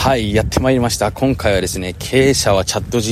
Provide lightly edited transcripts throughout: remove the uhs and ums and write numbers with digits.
はい、やってまいりました。今回はですね、経営者はチャット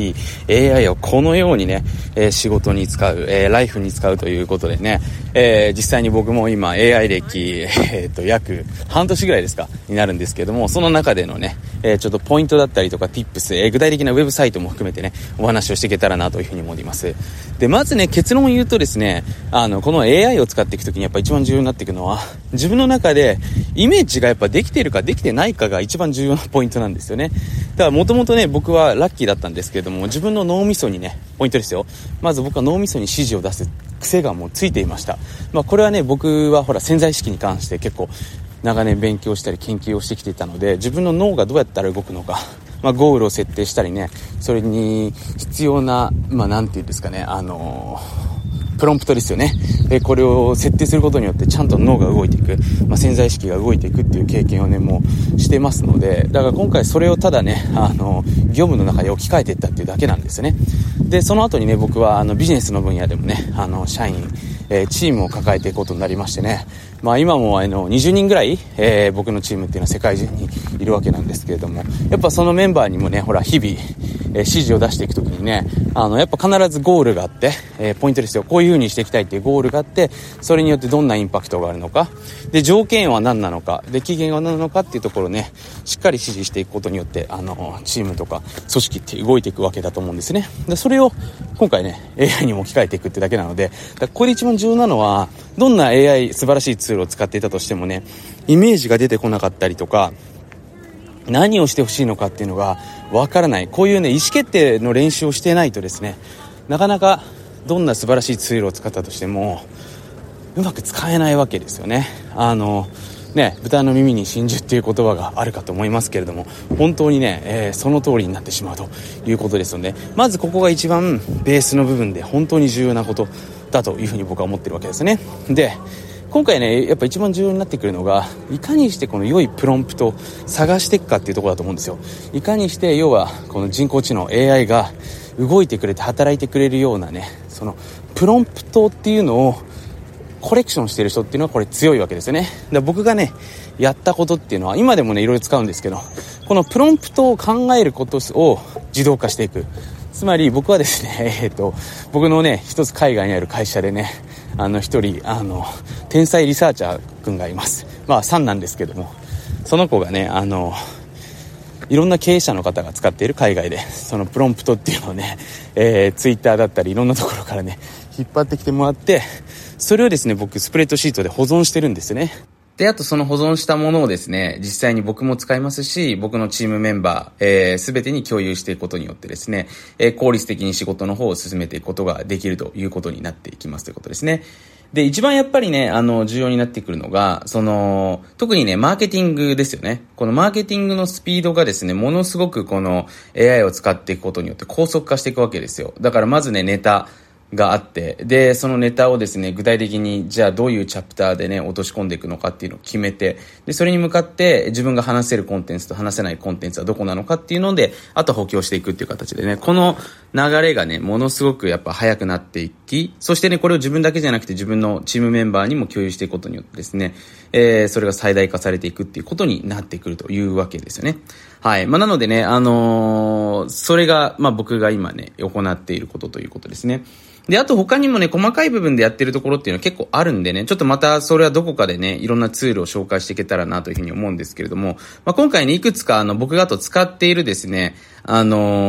GPT、AI をこのようにね、仕事に使う、ライフに使うということでね、実際に僕も今 AI 歴、約半年ぐらいですかになるんですけども、その中でのね、ちょっとポイントだったりとか Tips、具体的なウェブサイトも含めてね、お話をしていけたらなというふうに思います。で、まずね、結論を言うとですね、この AI を使っていくときにやっぱ一番重要になっていくのは、自分の中でイメージがやっぱできているかできてないかが一番重要なポイントなんですよね。だからもともとね、僕はラッキーだったんですけれども、自分の脳みそにね、ポイントですよ。まず僕は脳みそに指示を出す癖がもうついていました。これはね、僕は潜在意識に関して結構長年勉強したり研究をしてきていたので、自分の脳がどうやったら動くのか、ゴールを設定したりね、それに必要な、なんていうんですかね、プロンプトですよね。これを設定することによってちゃんと脳が動いていく、潜在意識が動いていくっていう経験をね、もうしてますので、だから今回それをただね、業務の中で置き換えていったっていうだけなんですよね。で、その後にね、僕はビジネスの分野でもね、社員、チームを抱えていくことになりましてね、今も20人ぐらい、僕のチームっていうのは世界中にいるわけなんですけれども、やっぱそのメンバーにもね、日々、指示を出していくときにね、やっぱ必ずゴールがあって、ポイントですよ。こういう風にしていきたいっていうゴールがあって、それによってどんなインパクトがあるのか、で、条件は何なのか、で、期限は何なのかっていうところをね、しっかり指示していくことによって、チームとか組織って動いていくわけだと思うんですね。で、それを今回ね、AI にも置き換えていくってだけなので、これで一番重要なのは、どんな AI 素晴らしいツールを使っていたとしてもね、イメージが出てこなかったりとか、何をしてほしいのかっていうのがわからない。こういうね、意思決定の練習をしてないとですね、なかなかどんな素晴らしいツールを使ったとしてもうまく使えないわけですよね。豚の耳に真珠っていう言葉があるかと思いますけれども、本当にね、その通りになってしまうということですので、まずここが一番ベースの部分で本当に重要なことだというふうに僕は思ってるわけですね。で、今回ね、やっぱ一番重要になってくるのが、いかにしてこの良いプロンプトを探していくかっていうところだと思うんですよ。いかにして要はこの人工知能 AI が動いてくれて働いてくれるようなね、そのプロンプトっていうのをコレクションしてる人っていうのはこれ強いわけですよね。で、僕がねやったことっていうのは今でもねいろいろ使うんですけど、このプロンプトを考えることを自動化していく。つまり僕はですね、僕のね一つ海外にある会社でね、一人天才リサーチャーくんがいます。さんなんですけども、その子がねいろんな経営者の方が使っている海外でそのプロンプトっていうのをね、ツイッターだったりいろんなところからね引っ張ってきてもらって、それをですね僕スプレッドシートで保存してるんですよね。で、あとその保存したものをですね、実際に僕も使いますし、僕のチームメンバー、すべてに共有していくことによってですね、効率的に仕事の方を進めていくことができるということになっていきますということですね。で、一番やっぱりね、重要になってくるのが、特にね、マーケティングですよね。このマーケティングのスピードがですね、ものすごくこの AI を使っていくことによって高速化していくわけですよ。だからまずね、ネタがあって、で、そのネタをですね、具体的に、じゃあどういうチャプターでね、落とし込んでいくのかっていうのを決めて、で、それに向かって自分が話せるコンテンツと話せないコンテンツはどこなのかっていうので、あと補強していくっていう形でね、この流れがね、ものすごくやっぱ早くなっていき、そしてね、これを自分だけじゃなくて自分のチームメンバーにも共有していくことによってですね、それが最大化されていくっていうことになってくるというわけですよね。はい。なのでね、それが、僕が今ね、行っていることということですね。で、あと他にもね、細かい部分でやってるところっていうのは結構あるんでね、ちょっとまたそれはどこかでね、いろんなツールを紹介していけたらなというふうに思うんですけれども、今回ね、いくつか僕があと使っているですね、AI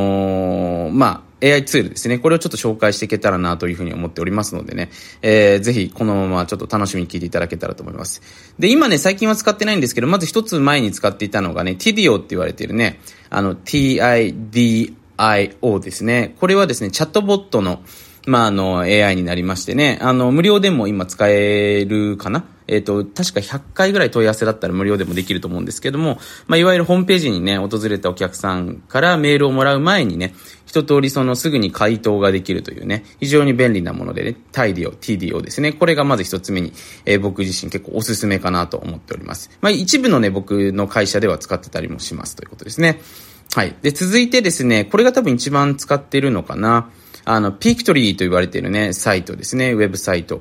ツールですね。これをちょっと紹介していけたらなというふうに思っておりますのでね、ぜひこのままちょっと楽しみに聞いていただけたらと思います。で、今ね、最近は使ってないんですけど、まず一つ前に使っていたのがね、TIDIO って言われているね、TIDIO ですね。これはですね、チャットボットのAI になりましてね、無料でも今使えるかな。確か100回ぐらい問い合わせだったら無料でもできると思うんですけども、いわゆるホームページにね、訪れたお客さんからメールをもらう前にね、一通りすぐに回答ができるというね、非常に便利なものでね、TIDIO ですね。これがまず一つ目に、僕自身結構おすすめかなと思っております。一部のね、僕の会社では使ってたりもしますということですね。はい。で、続いてですね、これが多分一番使っているのかな。ピクトリーと言われているね、サイトですね、ウェブサイト。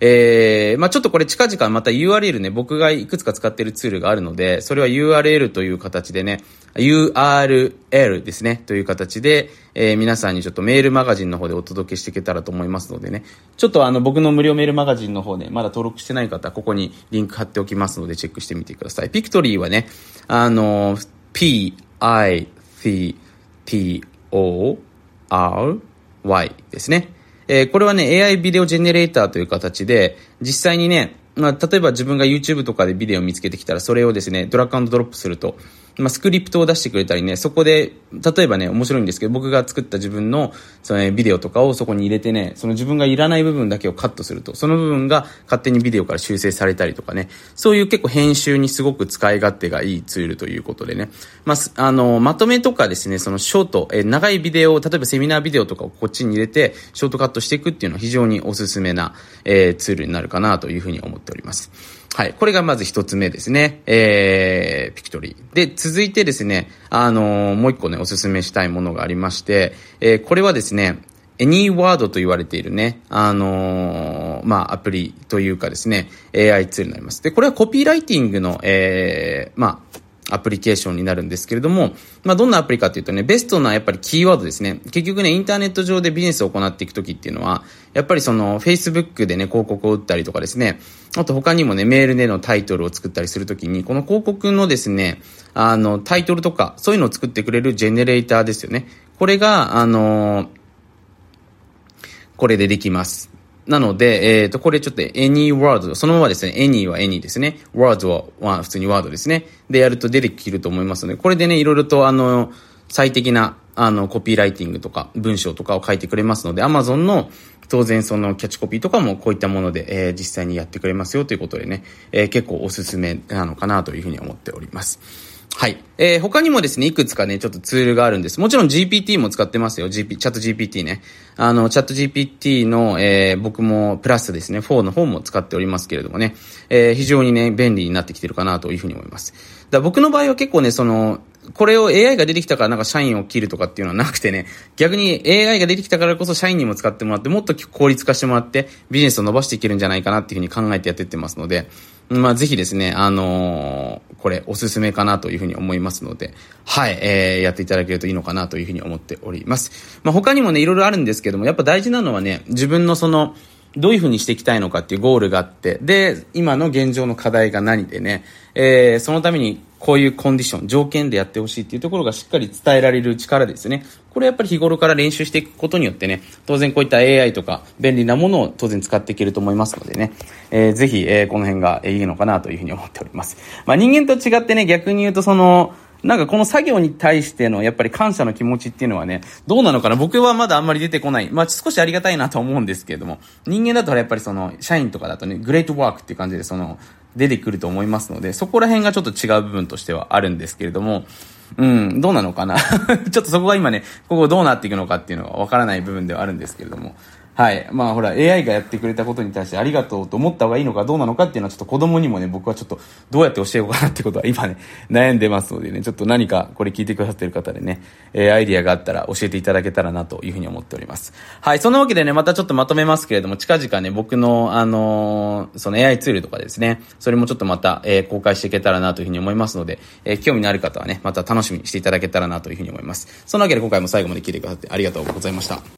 ちょっとこれ近々また URL ね、僕がいくつか使ってるツールがあるので、それは URL という形でね、URL ですね、という形で、皆さんにちょっとメールマガジンの方でお届けしていけたらと思いますのでね、ちょっと僕の無料メールマガジンの方でまだ登録してない方はここにリンク貼っておきますのでチェックしてみてください。ピクトリーはね、PICTORY ですね。これはね、AI ビデオジェネレーターという形で、実際にね、例えば自分が YouTube とかでビデオを見つけてきたら、それをですね、ドラッグ&ドロップすると、スクリプトを出してくれたりね、そこで、例えばね、面白いんですけど、僕が作った自分の、ビデオとかをそこに入れてね、その自分がいらない部分だけをカットすると、その部分が勝手にビデオから修正されたりとかね、そういう結構編集にすごく使い勝手がいいツールということでね、まとめとかですね、そのショート、長いビデオを、例えばセミナービデオとかをこっちに入れて、ショートカットしていくっていうのは非常におすすめな、ツールになるかなというふうに思っております。はい。これがまず一つ目ですね。ピクトリー。で、続いてですね、もう一個ね、おすすめしたいものがありまして、これはですね、AnyWord と言われているね、アプリというかですね、AI ツールになります。で、これはコピーライティングの、アプリケーションになるんですけれども、どんなアプリかというとね、ベストなやっぱりキーワードですね。結局ね、インターネット上でビジネスを行っていくときっていうのは、やっぱりその Facebook でね、広告を打ったりとかですね、あと他にもね、メールでのタイトルを作ったりするときに、この広告のですね、タイトルとか、そういうのを作ってくれるジェネレーターですよね。これが、これでできます。なので、これちょっと AnyWord、そのままですね、Any は Any ですね。Words は普通にワードですね。でやると出てきると思いますので、これでね、いろいろと最適な、コピーライティングとか文章とかを書いてくれますので、Amazon の当然そのキャッチコピーとかもこういったもので、実際にやってくれますよということでね、結構おすすめなのかなというふうに思っております。はい。他にもですね、いくつかね、ちょっとツールがあるんです。もちろん GPT も使ってますよ。チャット GPT ね。チャット GPT の、僕もプラスですね、4の方も使っておりますけれどもね、非常にね、便利になってきてるかなというふうに思います。僕の場合は結構ね、これを AI が出てきたからなんか社員を切るとかっていうのはなくてね、逆に AI が出てきたからこそ社員にも使ってもらって、もっと効率化してもらってビジネスを伸ばしていけるんじゃないかなっていうふうに考えてやってってますので、ぜひですね、これおすすめかなというふうに思いますので、はい、やっていただけるといいのかなというふうに思っております。他にもね、いろいろあるんですけども、やっぱ大事なのはね、自分のどういうふうにしていきたいのかっていうゴールがあって、で、今の現状の課題が何でね、そのためにこういうコンディション、条件でやってほしいっていうところがしっかり伝えられる力ですね。これやっぱり日頃から練習していくことによってね、当然こういった AI とか便利なものを当然使っていけると思いますのでね、ぜひ、この辺がいいのかなというふうに思っております。人間と違ってね、逆に言うとなんかこの作業に対してのやっぱり感謝の気持ちっていうのはね、どうなのかな。僕はまだあんまり出てこない。少しありがたいなと思うんですけれども、人間だとやっぱり社員とかだとね、グレートワークっていう感じで出てくると思いますので、そこら辺がちょっと違う部分としてはあるんですけれども、どうなのかな。ちょっとそこが今ね、ここどうなっていくのかっていうのがわからない部分ではあるんですけれども、はい。ほら、AI がやってくれたことに対してありがとうと思った方がいいのかどうなのかっていうのはちょっと子供にもね、僕はちょっとどうやって教えようかなってことは今ね、悩んでますのでね、ちょっと何かこれ聞いてくださってる方でね、アイディアがあったら教えていただけたらなというふうに思っております。はい。そんなわけでね、またちょっとまとめますけれども、近々ね、僕のAI ツールとかですね、それもちょっとまた、公開していけたらなというふうに思いますので、興味のある方はね、また楽しみにしていただけたらなというふうに思います。そんなわけで今回も最後まで聞いてくださってありがとうございました。